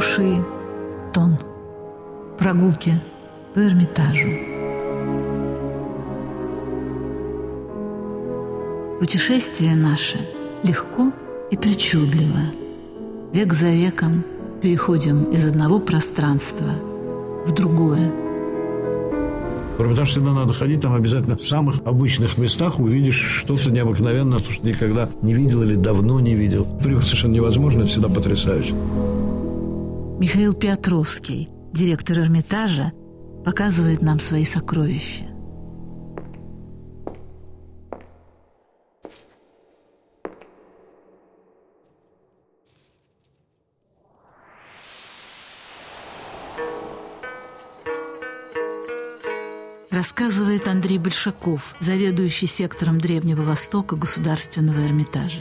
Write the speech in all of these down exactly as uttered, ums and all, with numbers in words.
Хороший тон. Прогулки по Эрмитажу. Путешествие наше легко и причудливо. Век за веком переходим из одного пространства в другое. В Эрмитаж всегда надо ходить, там обязательно в самых обычных местах увидишь что-то необыкновенное, то, что никогда не видел или давно не видел. Приехать совершенно невозможно, это всегда потрясающе. Михаил Петровский, директор Эрмитажа, показывает нам свои сокровища. Рассказывает Андрей Большаков, заведующий сектором Древнего Востока Государственного Эрмитажа.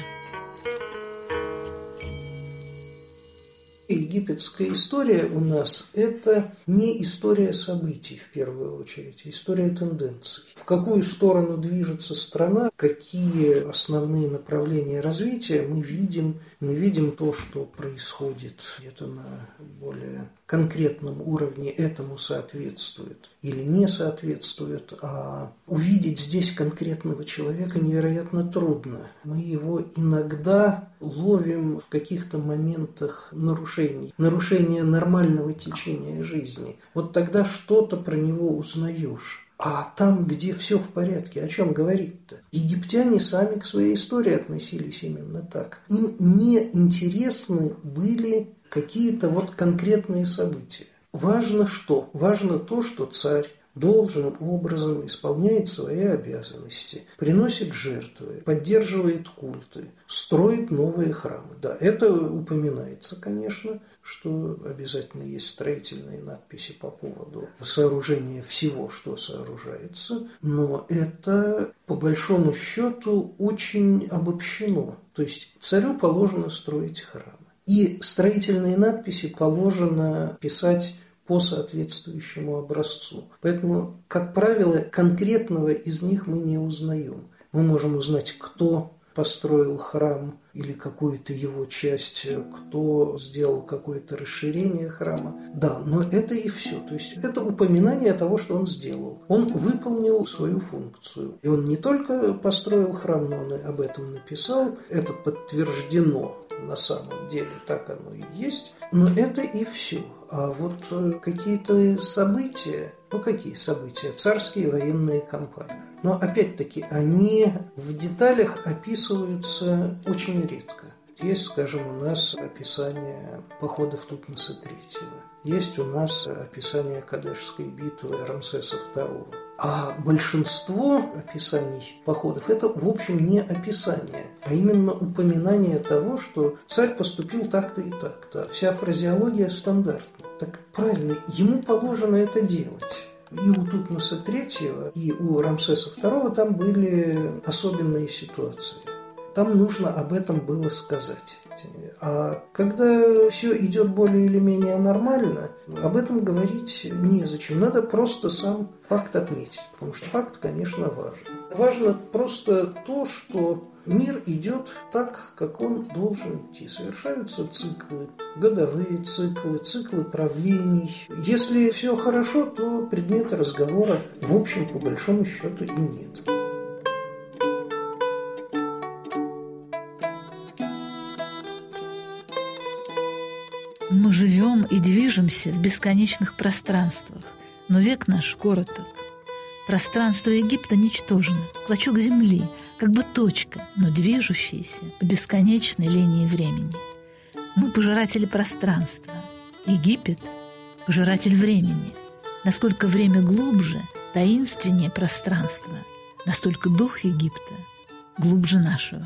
Египетская история у нас – это не история событий, в первую очередь, а история тенденций. В какую сторону движется страна, какие основные направления развития мы видим. Мы видим то, что происходит где-то на более конкретном уровне, этому соответствует или не соответствует, а увидеть здесь конкретного человека невероятно трудно. Мы его иногда ловим в каких-то моментах нарушений, нарушения нормального течения жизни. Вот тогда что-то про него узнаешь. А там, где все в порядке, о чем говорить-то? Египтяне сами к своей истории относились именно так. Им не интересны были какие-то вот конкретные события. Важно что? Важно то, что царь должным образом исполняет свои обязанности, приносит жертвы, поддерживает культы, строит новые храмы. Да, это упоминается, конечно, что обязательно есть строительные надписи по поводу сооружения всего, что сооружается, но это, по большому счету, очень обобщено. То есть царю положено строить храмы. И строительные надписи положено писать по соответствующему образцу. Поэтому, как правило, конкретного из них мы не узнаем. Мы можем узнать, кто построил храм или какую-то его часть, кто сделал какое-то расширение храма. Да, но это и все. То есть это упоминание того, что он сделал. Он выполнил свою функцию. И он не только построил храм, но он и об этом написал. Это подтверждено. На самом деле так оно и есть. Но это и все. А вот какие-то события, ну какие события? Царские военные кампании. Но опять-таки они в деталях описываются очень редко. Есть, скажем, у нас описание походов Тутмоса третьего. Есть у нас описание Кадешской битвы Рамсеса второго. А большинство описаний походов – это, в общем, не описание, а именно упоминание того, что царь поступил так-то и так-то. Вся фразеология стандартна. Так правильно, ему положено это делать. И у Тутмоса третьего, и у Рамсеса второго там были особенные ситуации. Там нужно об этом было сказать. А когда все идет более или менее нормально, об этом говорить незачем. Надо просто сам факт отметить, потому что факт, конечно, важен. Важно просто то, что мир идет так, как он должен идти. Совершаются циклы, годовые циклы, циклы правлений. Если все хорошо, то предмета разговора, в общем, по большому счету, и нет. Мы живем и движемся в бесконечных пространствах, но век наш короток. Пространство Египта ничтожно, клочок земли, как бы точка, но движущаяся по бесконечной линии времени. Мы пожиратели пространства. Египет – пожиратель времени. Насколько время глубже, таинственнее пространства, настолько дух Египта глубже нашего.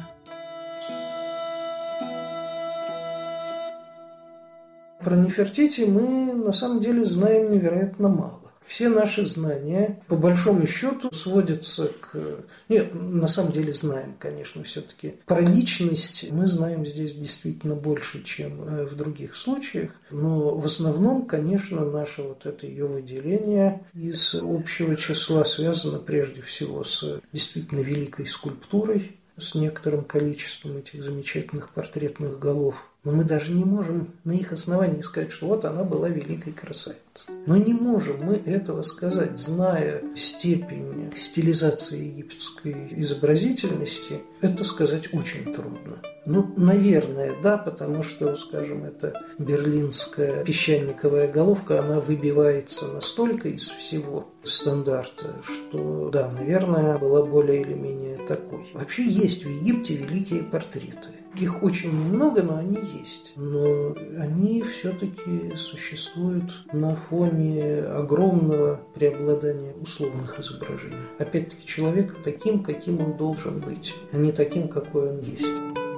Про Нефертити мы на самом деле знаем невероятно мало. Все наши знания, по большому счету, сводятся к... Нет, на самом деле знаем, конечно, все-таки. Про личность мы знаем здесь действительно больше, чем в других случаях. Но в основном, конечно, наше вот это ее выделение из общего числа связано прежде всего с действительно великой скульптурой, с некоторым количеством этих замечательных портретных голов. Но мы даже не можем на их основании сказать, что вот она была великой красавицей. Но не можем мы этого сказать, зная степень стилизации египетской изобразительности. Это сказать очень трудно. Ну, наверное, да, потому что, скажем, эта берлинская песчаниковая головка, она выбивается настолько из всего стандарта, что, да, наверное, была более или менее такой. Вообще есть в Египте великие портреты. Их очень немного, но они есть. Но они все-таки существуют на фоне огромного преобладания условных изображений. Опять-таки, человек таким, каким он должен быть, а не таким, какой он есть.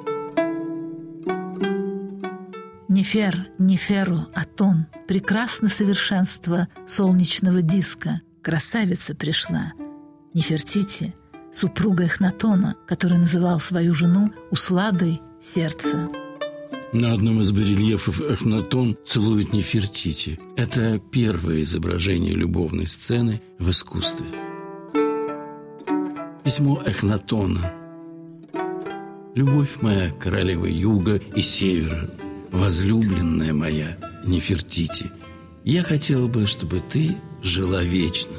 Нефер, Неферу, Атон, прекрасно совершенство солнечного диска, красавица пришла. Нефертити, супруга Эхнатона, который называл свою жену Усладой сердца. На одном из барельефов Эхнатон целует Нефертити. Это первое изображение любовной сцены в искусстве. Письмо Эхнатона. «Любовь моя, королева юга и севера, возлюбленная моя Нефертити, я хотел бы, чтобы ты жила вечно».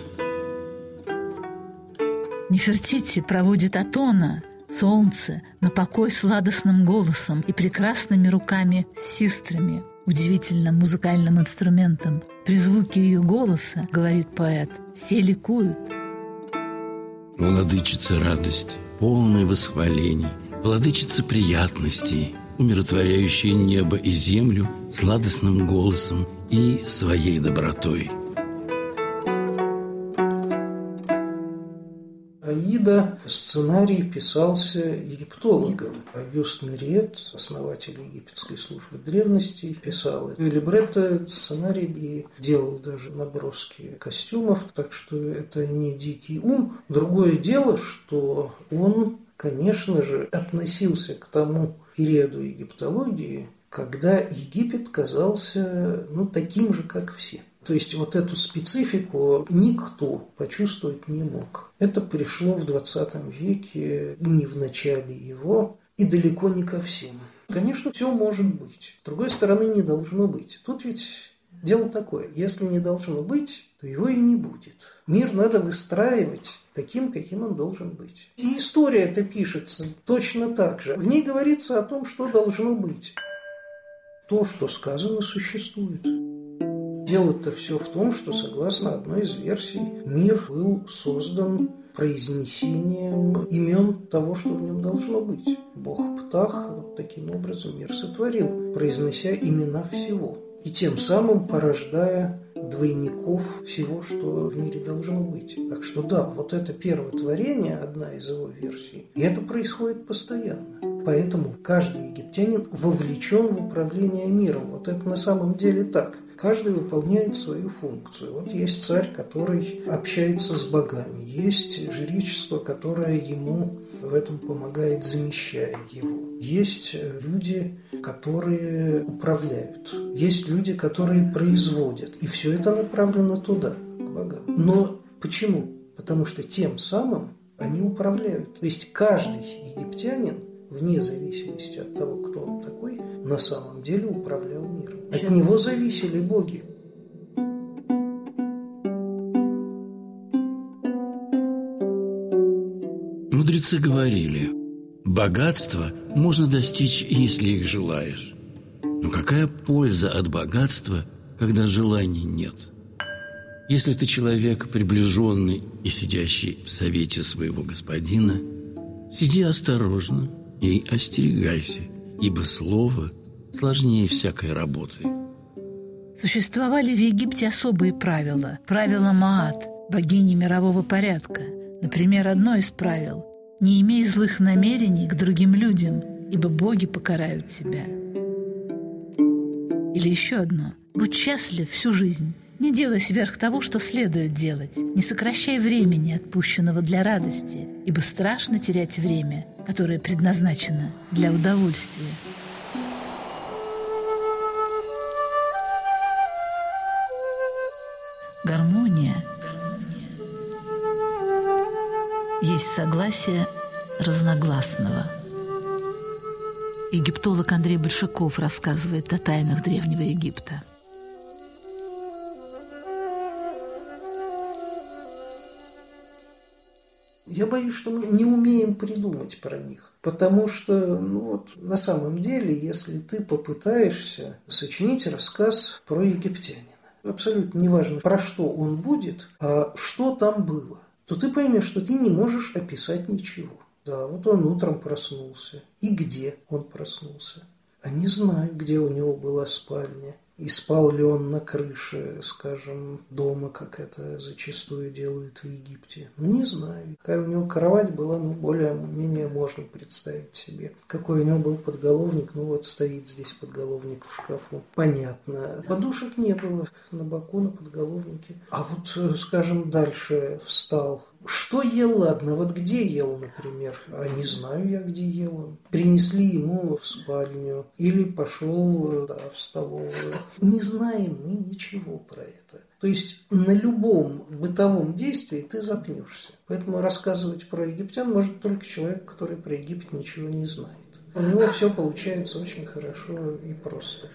Нефертити проводит Атона, солнце, на покой сладостным голосом и прекрасными руками сестрами, удивительным музыкальным инструментом. При звуке ее голоса, говорит поэт, все ликуют. Владычица радости, полная восхвалений, владычица приятностей, умиротворяющая небо и землю сладостным голосом и своей добротой. «Аида» сценарий писался египтологом. Агюст Мюриет, основатель египетской службы древностей, писал это. Либретто сценарий и делал даже наброски костюмов, так что это не дикий ум. Другое дело, что он, конечно же, относился к тому периоду египтологии, когда Египет казался, ну, таким же, как все. То есть вот эту специфику никто почувствовать не мог. Это пришло в двадцатом веке и не в начале его, и далеко не ко всем. Конечно, все может быть. С другой стороны, не должно быть. Тут ведь дело такое. Если не должно быть, то его и не будет. Мир надо выстраивать таким, каким он должен быть. И история это пишется точно так же. В ней говорится о том, что должно быть. То, что сказано, существует. Дело-то все в том, что, согласно одной из версий, мир был создан произнесением имен того, что в нем должно быть. Бог Птах вот таким образом мир сотворил, произнося имена всего. И тем самым порождая двойников всего, что в мире должно быть. Так что да, вот это первое творение, одна из его версий, и это происходит постоянно. Поэтому каждый египтянин вовлечен в управление миром. Вот это на самом деле так. Каждый выполняет свою функцию. Вот есть царь, который общается с богами. Есть жречество, которое ему в этом помогает, замещая его. Есть люди, которые управляют. Есть люди, которые производят. И все это направлено туда, к богам. Но почему? Потому что тем самым они управляют. То есть каждый египтянин, вне зависимости от того, кто он такой, на самом деле управлял миром. От него зависели боги. Мудрецы говорили, богатство можно достичь, если их желаешь. Но какая польза от богатства, когда желаний нет? Если ты человек приближенный и сидящий в совете своего господина, сиди осторожно и остерегайся, ибо слово сложнее всякой работы. Существовали в Египте особые правила. Правила Маат, богини мирового порядка. Например, одно из правил – не имей злых намерений к другим людям, ибо боги покарают тебя. Или еще одно – будь счастлив всю жизнь. Не делай сверх того, что следует делать. Не сокращай времени, отпущенного для радости, ибо страшно терять время, которое предназначено для удовольствия. Гармония есть согласие разногласного. Египтолог Андрей Большаков рассказывает о тайнах Древнего Египта. Я боюсь, что мы не умеем придумать про них. Потому что, ну вот, на самом деле, если ты попытаешься сочинить рассказ про египтянина, абсолютно неважно, про что он будет, а что там было, то ты поймешь, что ты не можешь описать ничего. Да, вот он утром проснулся. И где он проснулся? А не знаю, где у него была спальня. И спал ли он на крыше, скажем, дома, как это зачастую делают в Египте. Ну, не знаю. Какая у него кровать была, ну, более-менее можно представить себе. Какой у него был подголовник, ну, вот стоит здесь подголовник в шкафу. Понятно. Подушек не было на боку, на подголовнике. А вот, скажем, дальше встал. Что ел, ладно, вот где ел, например? А не знаю я, где ел он. Принесли ему в спальню или пошел, да, в столовую. Не знаем мы ничего про это. То есть на любом бытовом действии ты запнешься. Поэтому рассказывать про египтян может только человек, который про Египет ничего не знает. У него все получается очень хорошо и просто.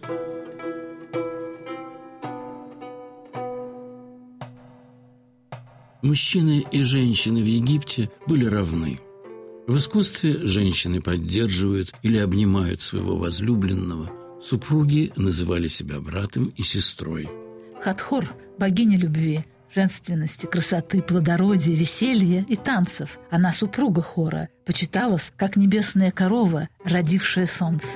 Мужчины и женщины в Египте были равны. В искусстве женщины поддерживают или обнимают своего возлюбленного. Супруги называли себя братом и сестрой. Хатхор – богиня любви, женственности, красоты, плодородия, веселья и танцев. Она супруга Хора, почиталась как небесная корова, родившая солнце.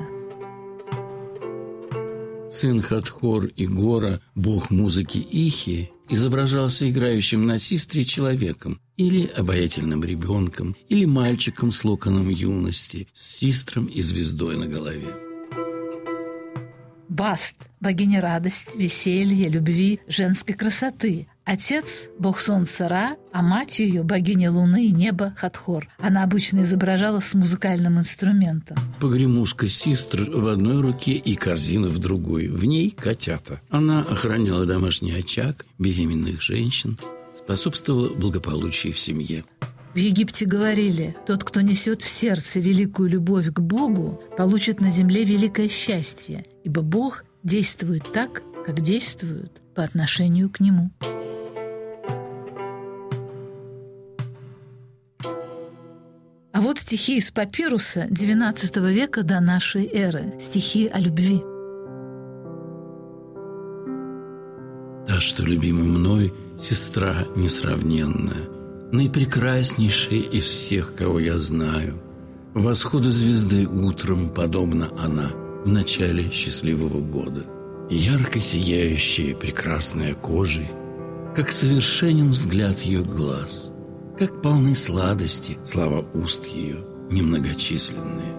Сын Хатхор и Гора, бог музыки Ихи, изображался играющим на систре человеком или обаятельным ребенком, или мальчиком с локоном юности, с систром и звездой на голове. Баст – богиня радости, веселья, любви, женской красоты. Отец – бог солнца Ра, а мать ее – богиня луны и неба Хатхор. Она обычно изображалась с музыкальным инструментом. Погремушка систр в одной руке и корзина в другой. В ней котята. Она охраняла домашний очаг, беременных женщин, способствовала благополучию в семье. В Египте говорили, тот, кто несет в сердце великую любовь к Богу, получит на земле великое счастье, ибо Бог действует так, как действуют по отношению к Нему. А вот стихи из папируса двенадцатого века до нашей эры. Стихи о любви. Та, что любима мной, сестра несравненная, наипрекраснейшая из всех, кого я знаю. Восходу звезды утром подобна она в начале счастливого года. Ярко сияющая прекрасная кожей, как совершенен взгляд ее глаз, как полны сладости слова уст ее немногочисленные.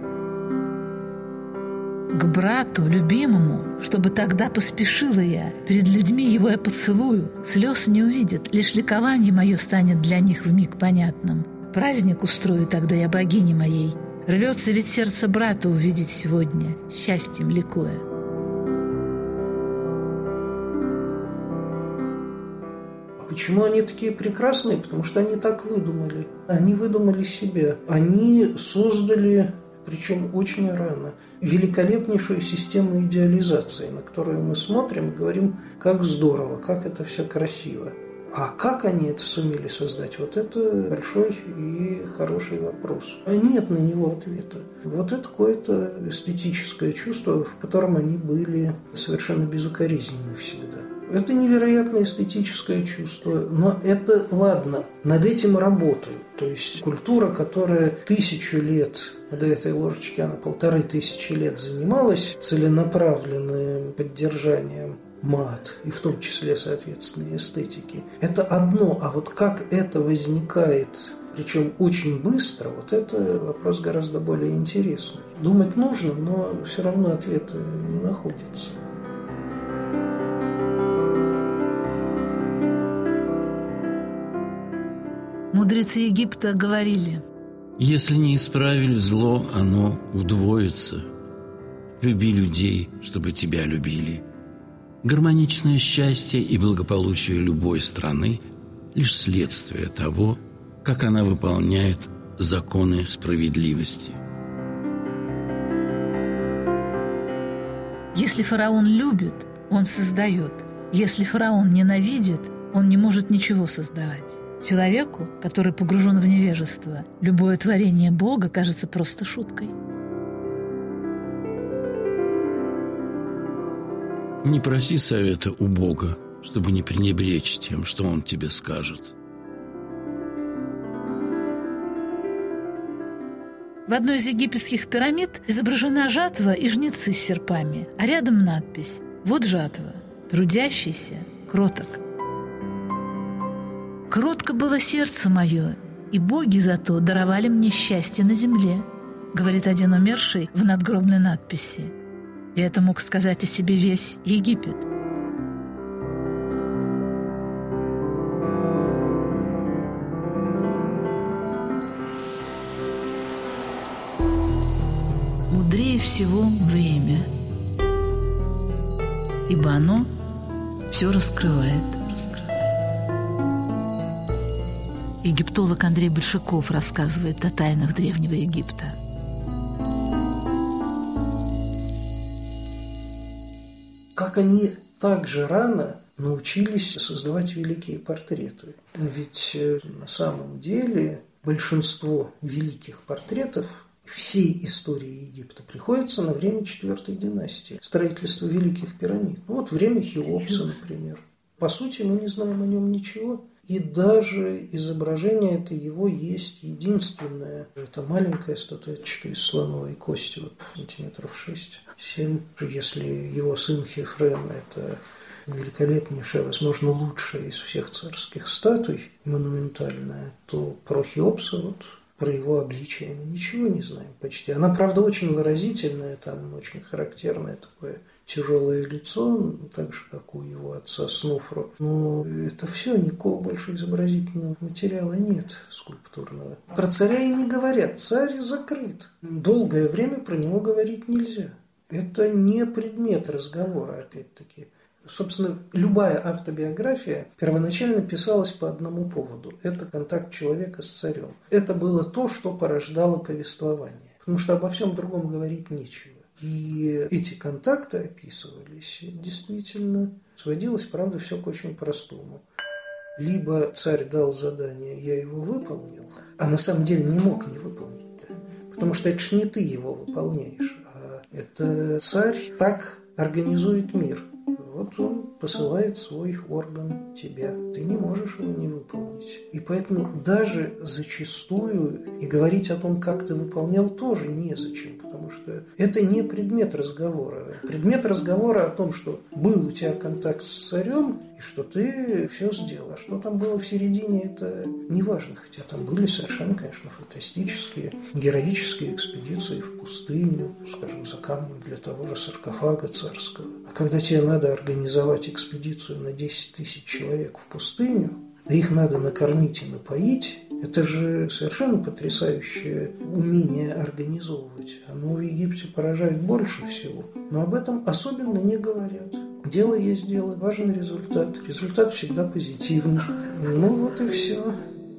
К брату, любимому, чтобы тогда поспешила я, перед людьми его я поцелую, слез не увидят, лишь ликование мое станет для них вмиг понятным. Праздник устрою тогда я богине моей, рвется ведь сердце брата увидеть сегодня, счастьем ликуя. Почему они такие прекрасные? Потому что они так выдумали. Они выдумали себя. Они создали, причем очень рано, великолепнейшую систему идеализации, на которую мы смотрим и говорим, как здорово, как это все красиво. А как они это сумели создать? Вот это большой и хороший вопрос. А нет на него ответа. Вот это какое-то эстетическое чувство, в котором они были совершенно безукоризненны всегда. Это невероятное эстетическое чувство, но это ладно, над этим работают. То есть культура, которая тысячу лет, до этой ложечки она полторы тысячи лет занималась целенаправленным поддержанием мат, и в том числе, соответственно, эстетики. Это одно, а вот как это возникает, причем очень быстро, вот это вопрос гораздо более интересный. Думать нужно, но все равно ответа не находится. Мудрецы Египта говорили: если не исправили зло, оно удвоится. Люби людей, чтобы тебя любили. Гармоничное счастье и благополучие любой страны – лишь следствие того, как она выполняет законы справедливости. Если фараон любит, он создает. Если фараон ненавидит, он не может ничего создавать. Человеку, который погружен в невежество, любое творение Бога кажется просто шуткой. Не проси совета у Бога, чтобы не пренебречь тем, что Он тебе скажет. В одной из египетских пирамид изображена жатва и жнецы с серпами, а рядом надпись «Вот жатва, трудящийся, кроток». «Кротко было сердце мое, и боги зато даровали мне счастье на земле», говорит один умерший в надгробной надписи. И это мог сказать о себе весь Египет. Мудрее всего время, ибо оно все раскрывает. Египтолог Андрей Большаков рассказывает о тайнах Древнего Египта. Как они так же рано научились создавать великие портреты. Ведь на самом деле большинство великих портретов всей истории Египта приходится на время четвертой династии, строительства великих пирамид. Ну, вот время Хеопса, например. По сути, мы не знаем о нем ничего. И даже изображение это его есть единственное. Это маленькая статуэточка из слоновой кости, вот сантиметров шесть-семь. Если его сын Хефрен – это великолепнейшая, возможно, лучшая из всех царских статуй, монументальная, то про Хеопса, вот, про его обличие мы ничего не знаем почти. Она, правда, очень выразительная, там очень характерное такое тяжелое лицо, так же, как у его отца Снуфру. Но это все, никакого больше изобразительного материала нет скульптурного. Про царя и не говорят. Царь закрыт. Долгое время про него говорить нельзя. Это не предмет разговора, опять-таки. Собственно, любая автобиография первоначально писалась по одному поводу. Это контакт человека с царем. Это было то, что порождало повествование. Потому что обо всем другом говорить нечего. И эти контакты описывались действительно. Сводилось, правда, все к очень простому. Либо царь дал задание, я его выполнил, а на самом деле не мог не выполнить-то. Потому что это ж не ты его выполняешь, а это царь так организует мир. Вот он посылает свой орган тебя. Ты не можешь его не выполнить. И поэтому даже зачастую и говорить о том, как ты выполнял, тоже незачем. Потому что это не предмет разговора. Предмет разговора о том, что был у тебя контакт с царем, и что ты все сделал. А что там было в середине, это не важно. Хотя там были совершенно, конечно, фантастические, героические экспедиции в пустыню, скажем, за камнем для того же саркофага царского. А когда тебе надо организовать экспедицию на десять тысяч человек в пустыню, да их надо накормить и напоить, это же совершенно потрясающее умение организовывать. Оно в Египте поражает больше всего. Но об этом особенно не говорят. Дело есть дело, важен результат. Результат всегда позитивный. Ну вот и все.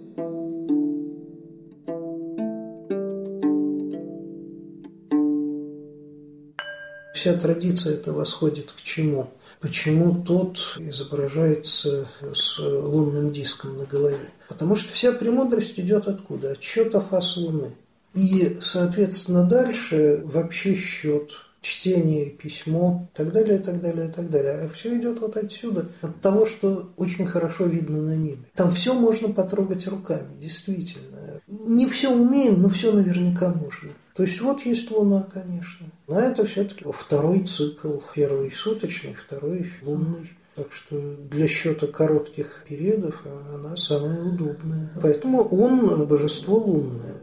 Вся традиция это восходит к чему? Почему тот изображается с лунным диском на голове? Потому что вся премудрость идет откуда? От счета фаз Луны. И, соответственно, дальше вообще счет, чтение, письмо, и так далее, и так далее, и так далее. А все идет вот отсюда, от того, что очень хорошо видно на небе. Там все можно потрогать руками, действительно. Не все умеем, но все наверняка можно. То есть вот есть Луна, конечно. Но это все-таки второй цикл. Первый суточный, второй лунный. Так что для счета коротких периодов она самая удобная. Поэтому он божество лунное.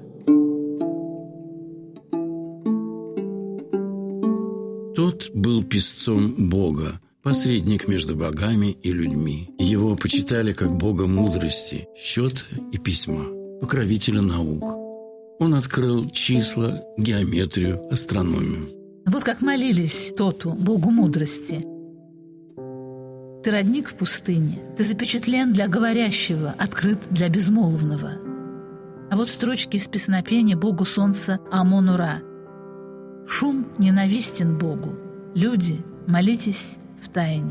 Тот был писцом Бога, посредник между богами и людьми. Его почитали как бога мудрости, счета и письма, покровителя наук. Он открыл числа, геометрию, астрономию. Вот как молились Тоту, богу мудрости. Ты родник в пустыне, ты запечатлен для говорящего, открыт для безмолвного. А вот строчки из песнопения богу солнца Амон-Ра. Шум ненавистен Богу, Люди, молитесь в тайне.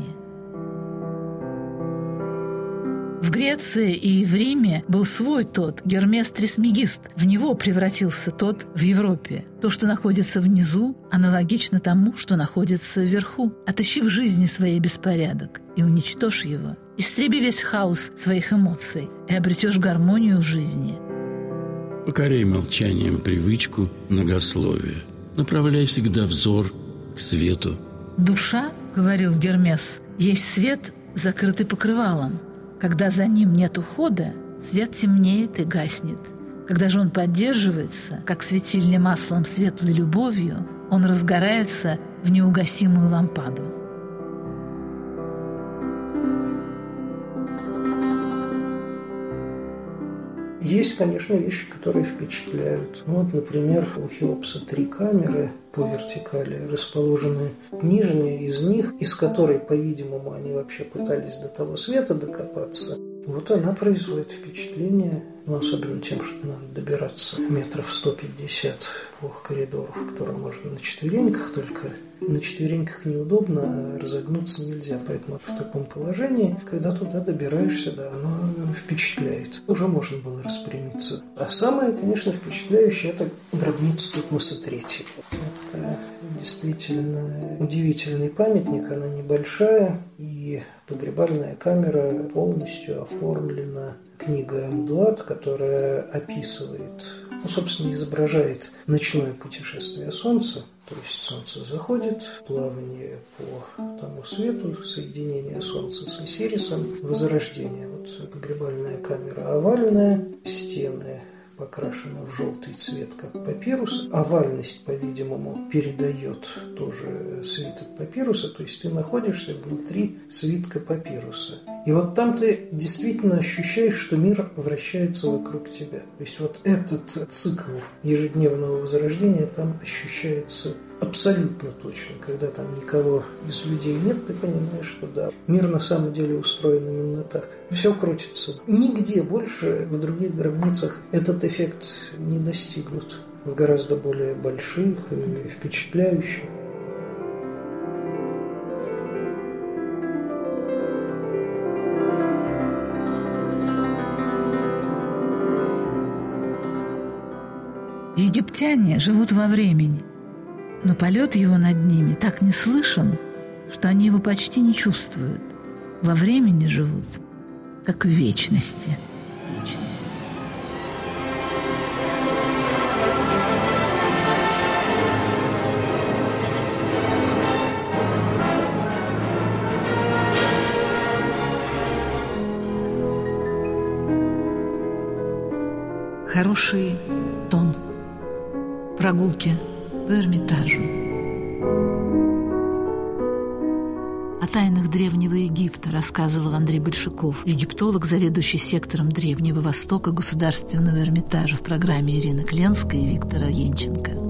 В Греции и в Риме был свой тот, Гермес Трисмегист. В него превратился тот в Европе. То, что находится внизу, аналогично тому, что находится вверху. Отыщи в жизни своей беспорядок и уничтожь его. Истреби весь хаос своих эмоций и обретешь гармонию в жизни. Покоряй молчанием привычку многословия. Направляй всегда взор к свету. Душа, говорил Гермес, есть свет, закрытый покрывалом. Когда за ним нет ухода, свет темнеет и гаснет. Когда же он поддерживается, как светильня маслом светлой любовью, он разгорается в неугасимую лампаду. Есть, конечно, вещи, которые впечатляют. Ну, вот, например, у Хеопса три камеры по вертикали расположены. Нижняя из них, из которой, по-видимому, они вообще пытались до того света докопаться, вот она производит впечатление, ну, особенно тем, что надо добираться метров сто пятьдесят по коридору, в котором можно на четвереньках, только на четвереньках неудобно, а разогнуться нельзя, поэтому в таком положении, когда туда добираешься, да, оно впечатляет. Уже можно было распрямиться. А самое, конечно, впечатляющее – это гробница Тутмоса третьего. Это действительно удивительный памятник, она небольшая, и погребальная камера полностью оформлена книгой Амдуат, которая описывает, ну, собственно, изображает ночное путешествие Солнца. То есть Солнце заходит, плавание по тому свету, соединение Солнца с Осирисом, возрождение. Вот погребальная камера овальная, стены покрашена в желтый цвет, как папирус. Овальность, по-видимому, передает тоже свиток папируса, то есть ты находишься внутри свитка папируса. И вот там ты действительно ощущаешь, что мир вращается вокруг тебя. То есть вот этот цикл ежедневного возрождения там ощущается абсолютно точно. Когда там никого из людей нет, ты понимаешь, что да, мир на самом деле устроен именно так. Все крутится. Нигде больше в других гробницах этот эффект не достигнут. В гораздо более больших и впечатляющих. Египтяне живут во времени, но полет его над ними так не слышен, что они его почти не чувствуют. Во времени живут, как в вечности. Вечности. Хороший тон. Прогулки по Эрмитажу. О тайнах Древнего Египта рассказывал Андрей Большаков, египтолог, заведующий сектором Древнего Востока Государственного Эрмитажа в программе Ирины Кленской и Виктора Янченко.